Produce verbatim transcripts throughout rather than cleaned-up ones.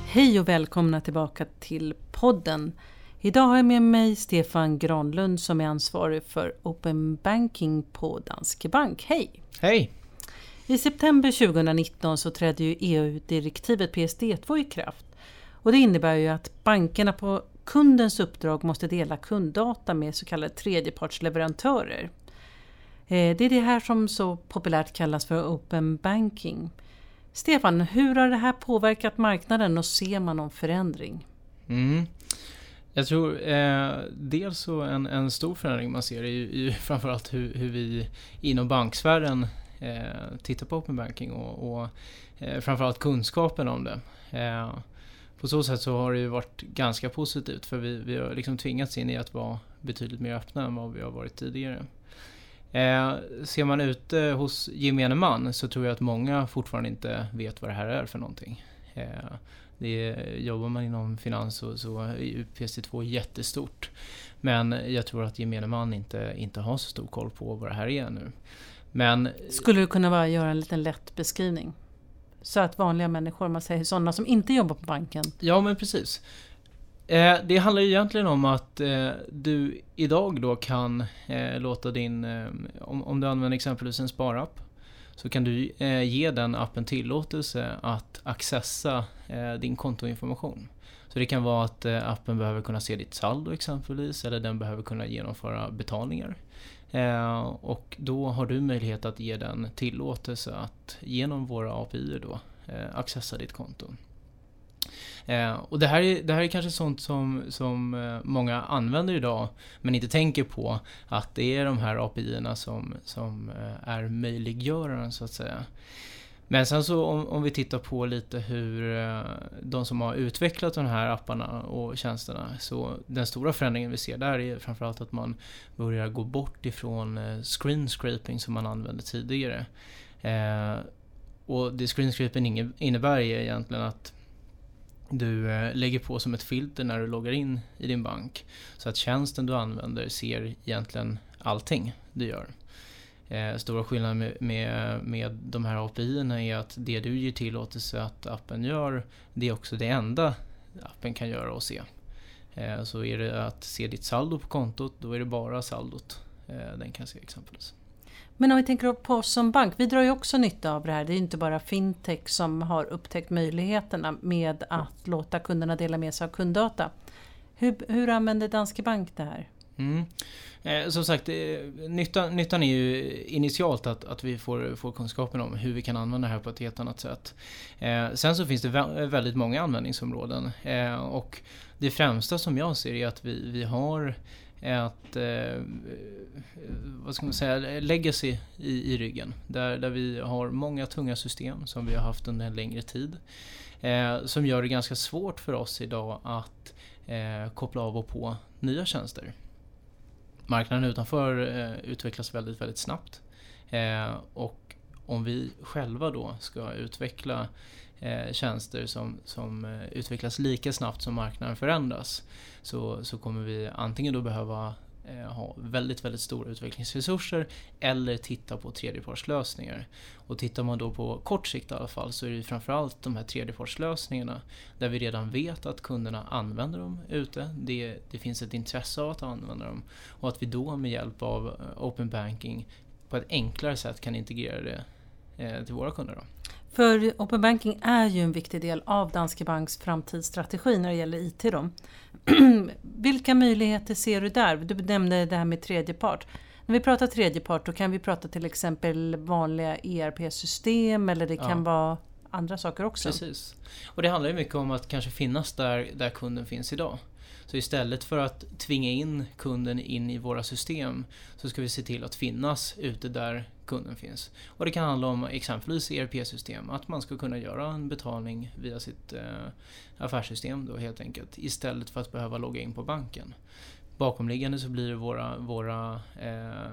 Hej och välkomna tillbaka till podden. Idag har jag med mig Stefan Granlund som är ansvarig för Open Banking på Danske Bank. Hej! Hej! I september tjugonitton så trädde ju E U-direktivet P S D två i kraft. Och det innebär ju att bankerna på kundens uppdrag måste dela kunddata med så kallade tredjepartsleverantörer. Det är det här som så populärt kallas för Open Banking. Stefan, hur har det här påverkat marknaden och ser man någon förändring? Mm. Jag tror eh, dels så en, en stor förändring man ser är ju, är framförallt hur, hur vi inom banksfären eh, tittar på Open Banking och, och eh, framförallt kunskapen om det. Eh, på så sätt så har det ju varit ganska positivt för vi, vi har liksom tvingats in i att vara betydligt mer öppna än vad vi har varit tidigare. Eh, ser man ute hos gemene man så tror jag att många fortfarande inte vet vad det här är för någonting. Eh, det är, jobbar man inom finans och så är P S D två jättestort. Men jag tror att gemene man inte, inte har så stor koll på vad det här är nu. Men, skulle du kunna bara göra en liten lätt beskrivning? Så att vanliga människor, man säger sådana som inte jobbar på banken. Ja, men precis. Eh, det handlar ju egentligen om att eh, du idag då kan eh, låta din, eh, om, om du använder exempelvis en sparapp, så kan du eh, ge den appen tillåtelse att accessa eh, din kontoinformation. Så det kan vara att eh, appen behöver kunna se ditt saldo exempelvis, eller den behöver kunna genomföra betalningar. Eh, och då har du möjlighet att ge den tillåtelse att genom våra A P I då eh, accessa ditt konto. Eh, och det här, är, det här är kanske sånt som, som eh, många använder idag men inte tänker på att det är de här A P I-erna som, som eh, är möjliggöraren så att säga. Men sen så om, om vi tittar på lite hur eh, de som har utvecklat de här apparna och tjänsterna, så den stora förändringen vi ser där är framförallt att man börjar gå bort ifrån eh, screen scraping som man använde tidigare. Eh, och det screen scraping innebär egentligen att du eh, lägger på som ett filter när du loggar in i din bank. Så att tjänsten du använder ser egentligen allting du gör. Eh, stora skillnaden med, med, med de här A P I-erna är att det du ger tillåtelse att appen gör, det är också det enda appen kan göra och se. Eh, så är det att se ditt saldo på kontot, då är det bara saldot eh, den kan se exempelvis. Men om vi tänker på oss som bank, vi drar ju också nytta av det här. Det är ju inte bara fintech som har upptäckt möjligheterna med att låta kunderna dela med sig av kunddata. Hur, hur använder Danske Bank det här? Mm. Eh, som sagt, eh, nyttan, nyttan är ju initialt att, att vi får, får kunskapen om hur vi kan använda det här på ett helt annat sätt. Eh, sen så finns det vä- väldigt många användningsområden. Eh, och det främsta som jag ser är att vi, vi har ett eh, vad ska man säga, legacy i, i ryggen. Där, där vi har många tunga system som vi har haft under en längre tid. Eh, som gör det ganska svårt för oss idag att eh, koppla av och på nya tjänster. Marknaden utanför eh, utvecklas väldigt, väldigt snabbt. Eh, och om vi själva då ska utveckla eh, tjänster som, som eh, utvecklas lika snabbt som marknaden förändras, så, så kommer vi antingen då behöva eh, ha väldigt, väldigt stora utvecklingsresurser eller titta på tredjepartslösningar. Och tittar man då på kort sikt i alla fall, så är det framförallt de här tredjepartslösningarna där vi redan vet att kunderna använder dem ute. Det, det finns ett intresse av att använda dem, och att vi då med hjälp av Open Banking på ett enklare sätt kan integrera det eh, till våra kunder då. För Open Banking är ju en viktig del av Danske Banks framtidsstrategi när det gäller I T då. Vilka möjligheter ser du där? Du nämnde det här med tredjepart. När vi pratar tredjepart, då kan vi prata till exempel vanliga E R P-system, eller det kan ja. vara andra saker också. Precis. Och det handlar ju mycket om att kanske finnas där, där kunden finns idag. Så istället för att tvinga in kunden in i våra system, så ska vi se till att finnas ute där kunden finns. Och det kan handla om exempelvis E R P-system, att man ska kunna göra en betalning via sitt eh, affärssystem då helt enkelt, istället för att behöva logga in på banken. Bakomliggande så blir det våra, våra, eh,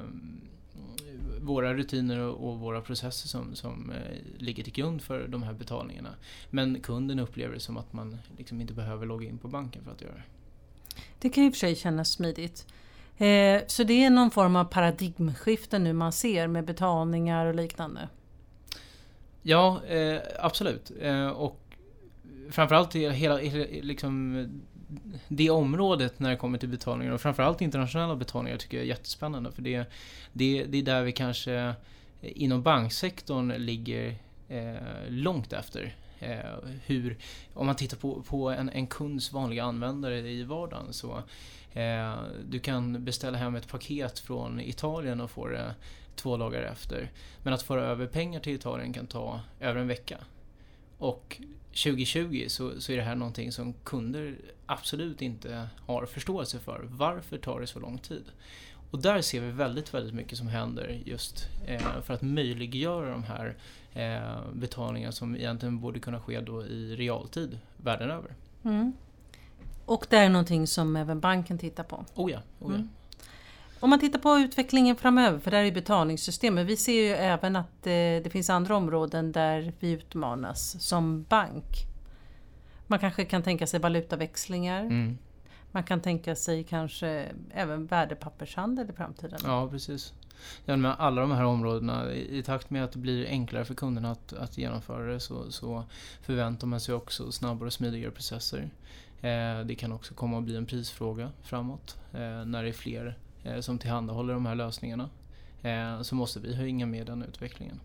våra rutiner och våra processer som, som eh, ligger till grund för de här betalningarna. Men kunden upplever det som att man liksom inte behöver logga in på banken för att göra det. Det kan ju för sig kännas smidigt. Eh, så det är någon form av paradigmskifte nu man ser med betalningar och liknande? Ja, eh, absolut. Eh, och framförallt hela, hela liksom, det området när det kommer till betalningar och framförallt internationella betalningar tycker jag är jättespännande. För det, det, det är där vi kanske inom banksektorn ligger eh, långt efter. Eh, hur, om man tittar på, på en, en kunds vanliga användare i vardagen så eh, du kan beställa hem ett paket från Italien och få det två dagar efter. Men att föra över pengar till Italien kan ta över en vecka. Och tjugo tjugo så, så är det här någonting som kunder absolut inte har förståelse för. Varför tar det så lång tid? Och där ser vi väldigt, väldigt mycket som händer just eh, för att möjliggöra de här eh, betalningarna som egentligen borde kunna ske då i realtid världen över. Mm. Och det är någonting som även banken tittar på. Oh ja, oh ja. Mm. Om man tittar på utvecklingen framöver, för där är betalningssystemet, vi ser ju även att det, det finns andra områden där vi utmanas som bank. Man kanske kan tänka sig valutaväxlingar. Mm. Man kan tänka sig kanske även värdepappershandel i framtiden. Ja, precis. Ja, med alla de här områdena, i, i takt med att det blir enklare för kunderna att, att genomföra det så, så förväntar man sig också snabbare och smidigare processer. Eh, det kan också komma att bli en prisfråga framåt. Eh, när det är fler eh, som tillhandahåller de här lösningarna eh, så måste vi hänga med den utvecklingen.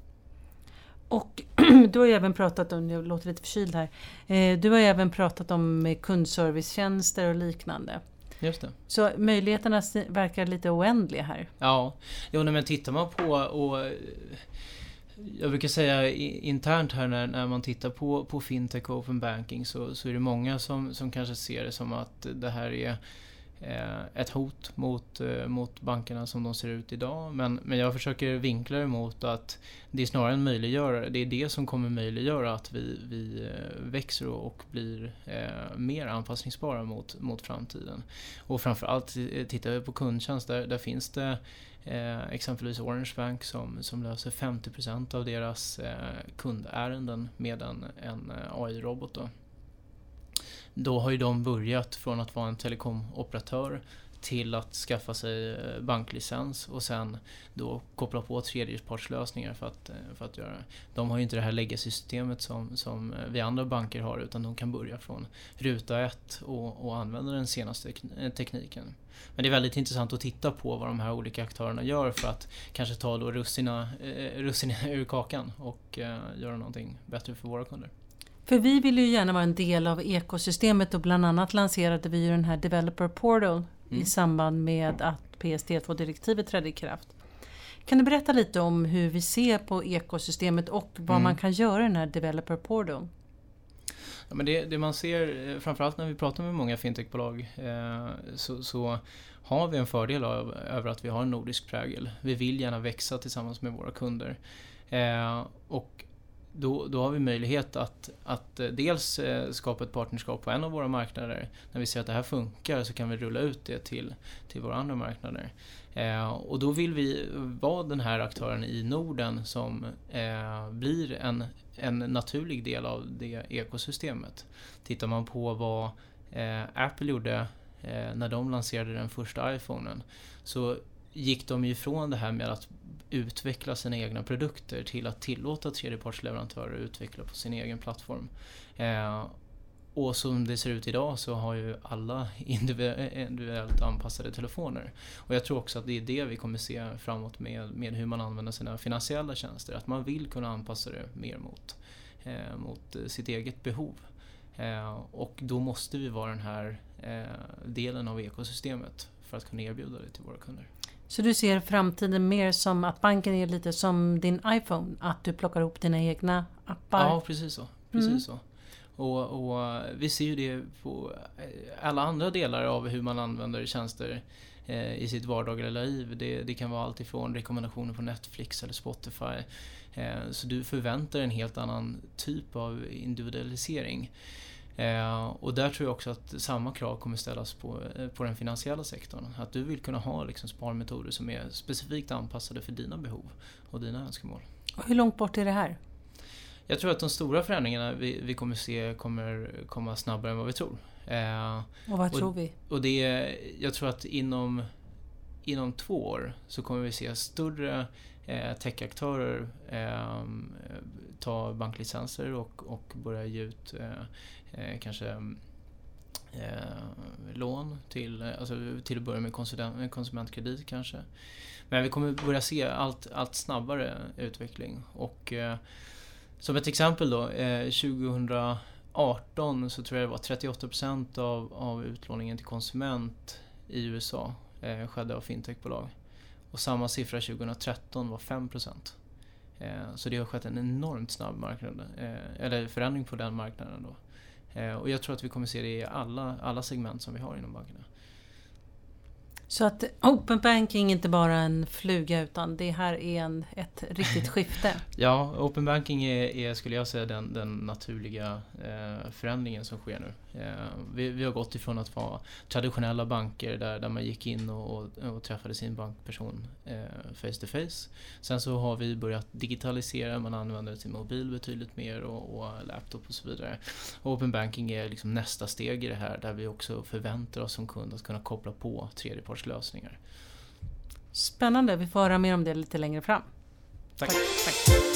Och du har ju även pratat om, jag låter lite förkyld här, eh, du har ju även pratat om kundservicetjänster och liknande. Just det. Så möjligheterna verkar lite oändliga här. Ja, jo, men tittar man på, och jag brukar säga internt här när, när man tittar på, på fintech och open banking så, så är det många som, som kanske ser det som att det här är ett hot mot, mot bankerna som de ser ut idag. Men, men jag försöker vinkla det mot att det är snarare en möjliggörare. Det är det som kommer möjliggöra att vi, vi växer och blir eh, mer anpassningsbara mot, mot framtiden. Och framförallt tittar vi på kundtjänst. Där, där finns det eh, exempelvis Orange Bank som, som löser femtio procent av deras eh, kundärenden med en, en A I-robot då. Då har ju de börjat från att vara en telekomoperatör till att skaffa sig banklicens och sen då koppla på tredjepartslösningar för att, för att göra det. De har ju inte det här legacy-systemet som, som vi andra banker har utan de kan börja från ruta ett och, och använda den senaste tekniken. Men det är väldigt intressant att titta på vad de här olika aktörerna gör för att kanske ta då russina, eh, russina ur kakan och eh, göra någonting bättre för våra kunder. För vi vill ju gärna vara en del av ekosystemet och bland annat lanserade vi ju den här Developer Portal mm. i samband med att P S D två-direktivet trädde i kraft. Kan du berätta lite om hur vi ser på ekosystemet och vad mm. man kan göra i den här Developer Portal? Ja, men det, det man ser, framförallt när vi pratar med många fintechbolag eh, så, så har vi en fördel av, över att vi har en nordisk prägel. Vi vill gärna växa tillsammans med våra kunder. Eh, och Då, då har vi möjlighet att, att dels skapa ett partnerskap på en av våra marknader. När vi ser att det här funkar så kan vi rulla ut det till, till våra andra marknader. Eh, och då vill vi vara den här aktören i Norden som eh, blir en, en naturlig del av det ekosystemet. Tittar man på vad eh, Apple gjorde eh, när de lanserade den första iPhonen så gick de ju från det här med att utveckla sina egna produkter till att tillåta tredjepartsleverantörer att utveckla på sin egen plattform. Eh, och som det ser ut idag så har ju alla individuellt anpassade telefoner. Och jag tror också att det är det vi kommer se framåt med, med hur man använder sina finansiella tjänster. Att man vill kunna anpassa det mer mot, eh, mot sitt eget behov. Eh, och då måste vi vara den här eh, delen av ekosystemet för att kunna erbjuda det till våra kunder. Så du ser framtiden mer som att banken är lite som din iPhone, att du plockar ihop dina egna appar? Ja, precis så. Precis mm. så. Och, och vi ser ju det på alla andra delar av hur man använder tjänster eh, i sitt vardagliga liv. Det, det kan vara allt ifrån rekommendationer på Netflix eller Spotify. Eh, så du förväntar en helt annan typ av individualisering. Eh, och där tror jag också att samma krav kommer ställas på, eh, på den finansiella sektorn. Att du vill kunna ha liksom, sparmetoder som är specifikt anpassade för dina behov och dina önskemål. Och hur långt bort är det här? Jag tror att de stora förändringarna vi, vi kommer se kommer komma snabbare än vad vi tror. Eh, och vad och, tror vi? Och det, jag tror att inom, inom två år så kommer vi se större eh, techaktörer eh, ta banklicenser och, och börja ge ut eh, eh, kanske eh, lån till, alltså till att börja med konsument, konsumentkredit kanske. Men vi kommer börja se allt, allt snabbare utveckling. Och eh, som ett exempel då, eh, tjugohundraarton så tror jag det var trettioåtta procent av, av utlåningen till konsument i U S A eh, skedde av fintechbolag. Och samma siffra tjugohundratretton var fem procent. Eh, så det har skett en enormt snabb marknad, eh, eller förändring på den marknaden då. Eh, och jag tror att vi kommer se det i alla, alla segment som vi har inom bankerna. Så att open banking är inte bara en fluga utan det här är en, ett riktigt skifte. Ja, open banking är, är skulle jag säga den, den naturliga eh, förändringen som sker nu. Eh, vi, vi har gått ifrån att vara traditionella banker där, där man gick in och, och, och träffade sin bankperson eh, face to face. Sen så har vi börjat digitalisera, man använder sin mobil betydligt mer och, och laptop och så vidare. Och open banking är liksom nästa steg i det här där vi också förväntar oss som kund att kunna koppla på tredjepartslösningar. Spännande, vi får höra mer om det lite längre fram. Tack. Tack. Tack.